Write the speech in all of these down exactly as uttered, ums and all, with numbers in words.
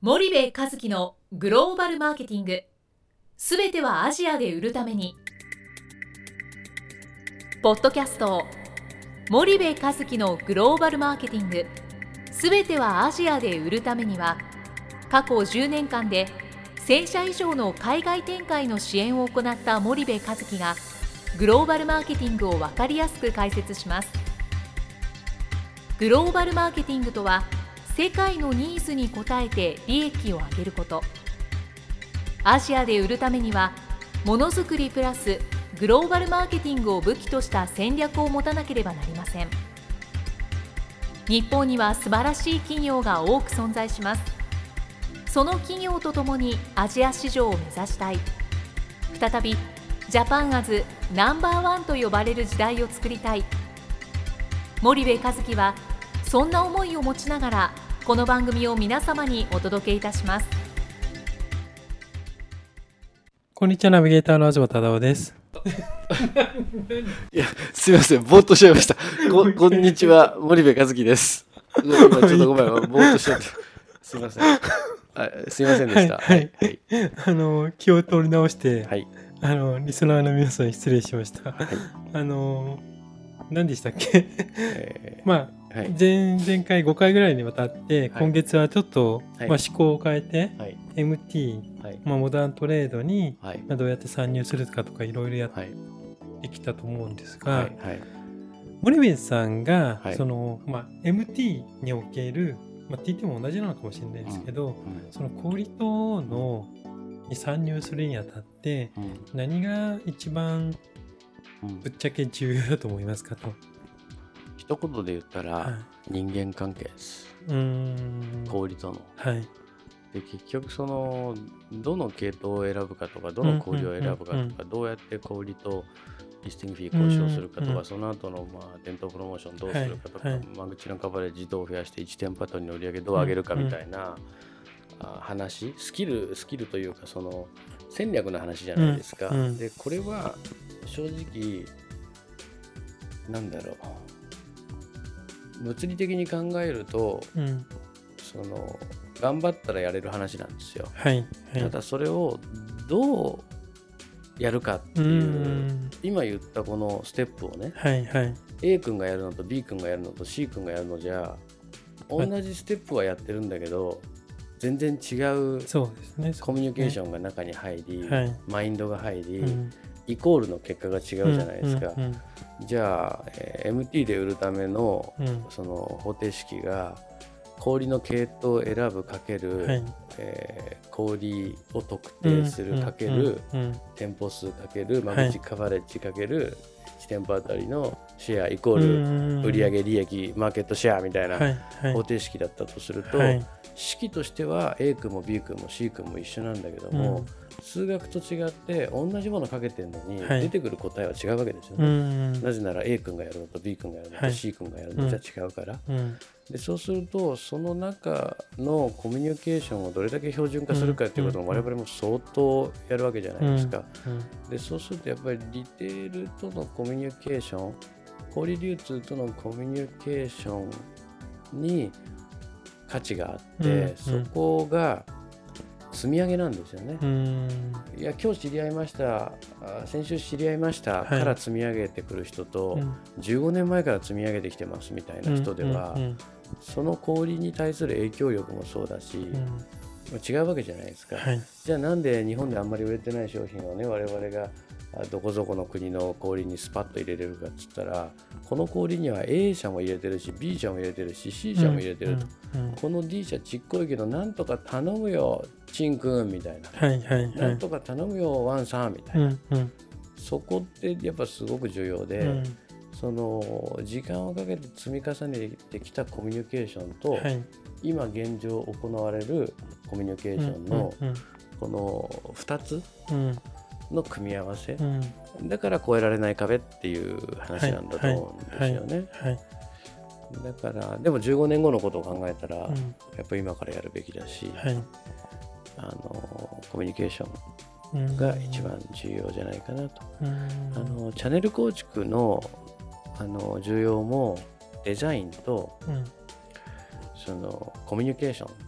森部一樹のグローバルマーケティング、すべてはアジアで売るために。ポッドキャスト森部一樹のグローバルマーケティング、すべてはアジアで売るためには、過去じゅうねんかんでせんしゃ以上の海外展開の支援を行った森部一樹がグローバルマーケティングを分かりやすく解説します。グローバルマーケティングとは、世界のニーズに応えて利益を上げること。アジアで売るためには、ものづくりプラスグローバルマーケティングを武器とした戦略を持たなければなりません。日本には素晴らしい企業が多く存在します。その企業とともにアジア市場を目指したい。再びジャパンアズナンバーワンと呼ばれる時代を作りたい。森部一樹はそんな思いを持ちながら、この番組を皆様にお届けいたします。 こんにちは、ナビゲーターの東忠夫です。 いや、すみません、ぼーっとしちゃいました。こ, こんにちは、森部一樹です。今ちょっとごめん、ぼーっとしちゃって。すみません。あすみませんでした。 はい、はいはい、あの気を取り直して、 はい、 あのリスナーの皆さん失礼しました。はい、あの何でしたっけ、えー、まあ、はい、前, 前回ごかいぐらいにわたって、はい、今月はちょっと、はい、まあ、思考を変えて、はい、エムティー、はいまあ、モダントレードに、はいまあ、どうやって参入するかとかいろいろやってきたと思うんですが、はいはい、森部さんが、はいそのまあ、エムティー における、まあ、ティーティー も同じなのかもしれないですけど、うんうん、その小売等のに参入するにあたって、うん、何が一番ぶっちゃけ重要だと思いますかと。 一言で言ったら、はい、人間関係です。うーん小売との、はい、で結局そのどの系統を選ぶかとか、どの小売を選ぶかとか、うんうんうんうん、どうやって小売とリスティングフィー交渉するかとか、うんうん、その後のまあ店頭プロモーションどうするかとか、はいはい、間口のカバレッジどう増やしていち店舗あたりの売り上げどう上げるかみたいな、うんうん、あ話スキルスキルというかその戦略の話じゃないですか、うんうん、でこれは正直なんだろう、物理的に考えると、うん、その頑張ったらやれる話なんですよ、はいはい、ただそれをどうやるかっていう、うん今言ったこのステップをね、はいはい、A 君がやるのと B 君がやるのと C 君がやるのじゃ同じステップはやってるんだけど全然違うコミュニケーションが中に入り、はい、マインドが入り、うん、イコールの結果が違うじゃないですか、うんうんうん、じゃあ、えー、エムティー で売るための、うん、その方程式が小売の系統を選ぶかける、はいえー、小売を特定するかける、うんうんうん、店舗数かける間口カバレッジかける、はい、いち店舗あたりのシェアイコール売上利益マーケットシェアみたいな方程式だったとすると、はいはい、式としては A 君も B 君も C 君も一緒なんだけども、うん数学と違って同じものかけてるのに出てくる答えは違うわけですよね、はい、なぜなら A 君がやるのと B 君がやるのと C 君がやるのじゃ違うから、はいうん、でそうするとその中のコミュニケーションをどれだけ標準化するかっていうことも我々も相当やるわけじゃないですか、うんうん、でそうするとやっぱりリテールとのコミュニケーション小売流通とのコミュニケーションに価値があって、うんうん、そこが積み上げなんですよね。うんいや今日知り合いました先週知り合いましたから積み上げてくる人と、はい、じゅうごねんまえから積み上げてきてますみたいな人では、うんうんうん、その小売に対する影響力もそうだし、うん、違うわけじゃないですか、はい、じゃあなんで日本であんまり売れてない商品をね我々がどこぞこの国の小売にスパッと入れれるかっつったらこの小売には A 社も入れてるし B 社も入れてるし C 社も入れてると、うんうん、この D 社ちっこいけどなんとか頼むよチンくんみたいな、はいはいはい、なんとか頼むよワンさんみたいな、うんうん、そこってやっぱすごく重要で、うん、その時間をかけて積み重ねてきたコミュニケーションと、はい、今現状行われるコミュニケーションのこのふたつ、うんの組み合わせ、うん、だから越えられない壁っていう話なんだと思うんですよね、はいはいはい、だからでもじゅうごねんごのことを考えたら、うん、やっぱり今からやるべきだし、はい、あのコミュニケーションが一番重要じゃないかなと、うん、あのチャンネル構築の、あの重要もデザインと、うん、そのコミュニケーション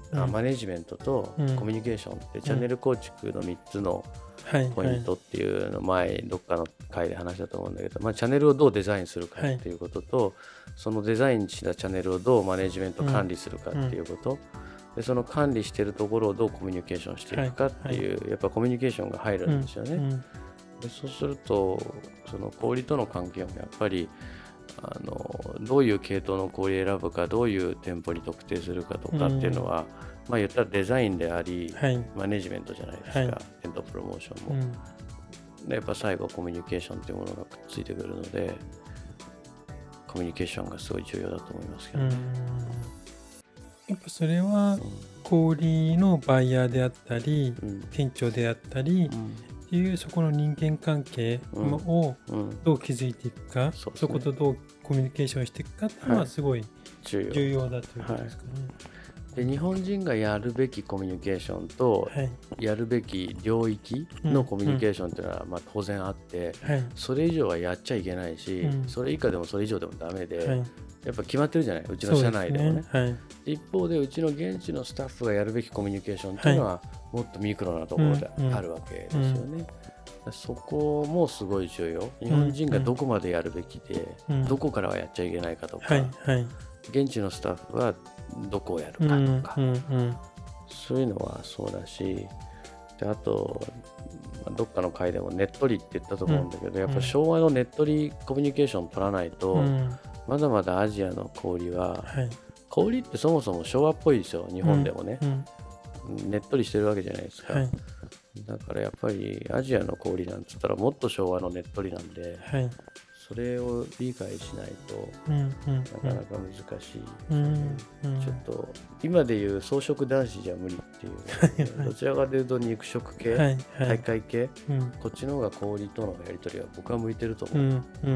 うん、マネジメントとコミュニケーションってチャンネル構築のみっつのポイントっていうの前どっかの回で話したと思うんだけど、まあ、チャンネルをどうデザインするかっていうことと、そのデザインしたチャンネルをどうマネジメント管理するかっていうこと、でその管理しているところをどうコミュニケーションしていくかっていう、やっぱコミュニケーションが入るんですよね。でそうするとその小売との関係もやっぱりあのどういう系統の小売選ぶか、どういう店舗に特定するかとかっていうのは、うん、まあ言ったらデザインであり、はい、マネジメントじゃないですか、はい、店頭プロモーションも、うん、でやっぱ最後コミュニケーションっていうものがくっついてくるので、コミュニケーションがすごい重要だと思いますけど、ね、 うん、やっぱそれは小売のバイヤーであったり、うん、店長であったり、うんっていうそこの人間関係をどう築いていくか、うんうん そ, ね、そことどうコミュニケーションしていくかっていうのはすごい重要だということですかね。 はい、で日本人がやるべきコミュニケーションとやるべき領域のコミュニケーションっていうのはまあ当然あって、うんうん、それ以上はやっちゃいけないし、うん、それ以下でもそれ以上でもダメで、はい、やっぱ決まってるじゃない、うちの社内でもね。はい、一方でうちの現地のスタッフがやるべきコミュニケーションっていうのは、はいもっとミクロなところであるわけですよね、うんうん、そこもすごい重要。日本人がどこまでやるべきで、うん、どこからはやっちゃいけないかとか、はいはい、現地のスタッフはどこをやるかとか、うんうんうん、そういうのはそうだし、であとどっかの回でもねっとりって言ったと思うんだけど、うん、やっぱ昭和のねっとりコミュニケーション取らないと、うん、まだまだアジアの小売は、はい、小売ってそもそも昭和っぽいですよ、日本でもね、うんうんねっとりしてるわけじゃないですか、はい、だからやっぱりアジアの小売なんて言ったらもっと昭和のねっとりなんで、はい、それを理解しないと、うんうん、なかなか難しいですよね、うんうん、ちょっと今でいう草食男子じゃ無理っていう、ね、どちらかというと肉食系、はいはい、大会系、うん、こっちの方が小売とのやり取りは僕は向いてると思う、うんうんうん、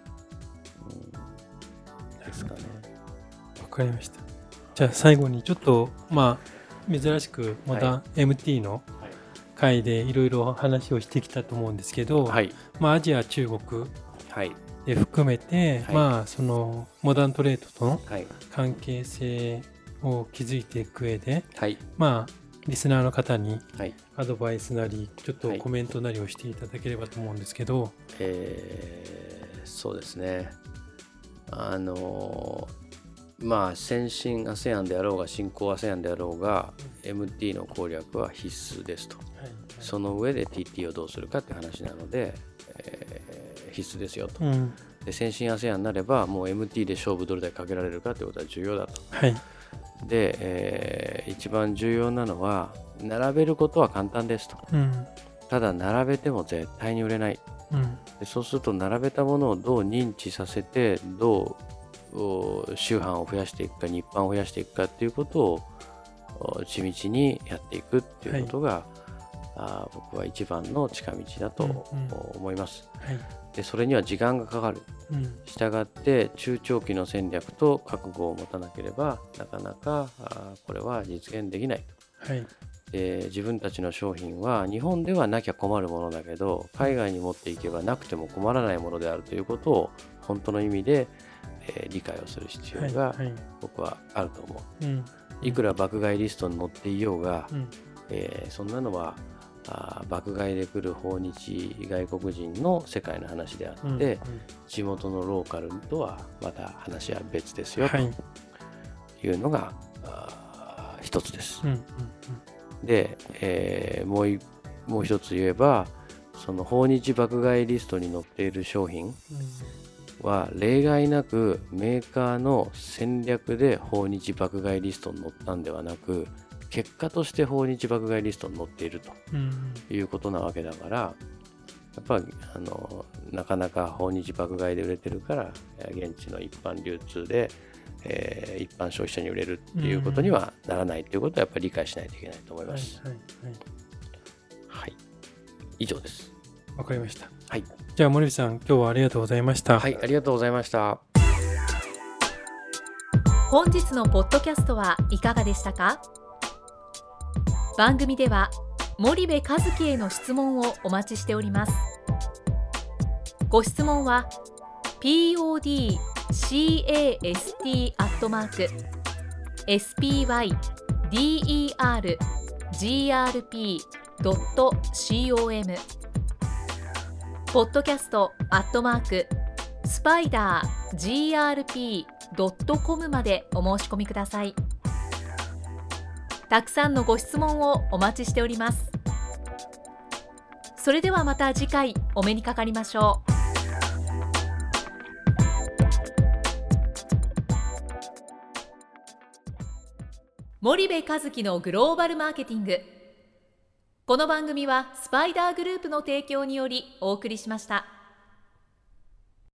ですかね。 わかりました。じゃあ最後にちょっとまあ珍しくまた エムティー の回でいろいろ話をしてきたと思うんですけど、はい、まあアジア中国で含めて、はい、まあそのモダントレードとの関係性を築いていく上で、はい、まあリスナーの方にアドバイスなりちょっとコメントなりをしていただければと思うんですけど、はいえー、そうですね、あのーまあ、先進 アセアン であろうが新興 アセアン であろうが エムティー の攻略は必須ですと、はいはい、その上で ティーティー をどうするかって話なので、えー、必須ですよと、うん、で先進 アセアン になればもう エムティー で勝負どれだけかけられるかということは重要だと、はい、で、えー、一番重要なのは並べることは簡単ですと、うん、ただ並べても絶対に売れない、うん、でそうすると並べたものをどう認知させてどう周販を増やしていくか日販を増やしていくかっていうことを地道にやっていくっていうことが、はい、あ僕は一番の近道だと思います、うんうんはい、でそれには時間がかかる、うん、したがって中長期の戦略と覚悟を持たなければなかなかあこれは実現できないと、はい、で自分たちの商品は日本ではなきゃ困るものだけど海外に持っていけばなくても困らないものであるということを本当の意味でえー、理解をする必要が僕はあると思う、はいはい、いくら爆買いリストに載っていようが、うんえー、そんなのはあ爆買いで来る訪日外国人の世界の話であって、うんうん、地元のローカルとはまた話は別ですよ、はい、というのがあ一つです、うんうんうん、で、えー、もうもう一つ言えばその訪日爆買いリストに載っている商品、うんは例外なくメーカーの戦略で訪日爆買いリストに載ったんではなく結果として訪日爆買いリストに載っているということなわけだから、やっぱりあのなかなか訪日爆買いで売れてるから現地の一般流通で、えー、一般消費者に売れるっていうことにはならないということはやっぱり理解しないといけないと思います。はい、はいはいはい、以上です。 わかりました。はい。じゃあ森口さん、今日はありがとうございました。 はい、ありがとうございました。 本日のポッドキャストはいかがでしたか？番組では森部一樹への質問をお待ちしております。ご質問は ピーオーディーキャスト アットマーク エスピーワイディーイーアールジーアールピードットコム ポッドキャストアットマークスパイダー ジーアールピードットコム までお申し込みください。たくさんのご質問をお待ちしております。それではまた次回お目にかかりましょう。森部一樹のグローバルマーケティング。この番組はスパイダーグループの提供によりお送りしました。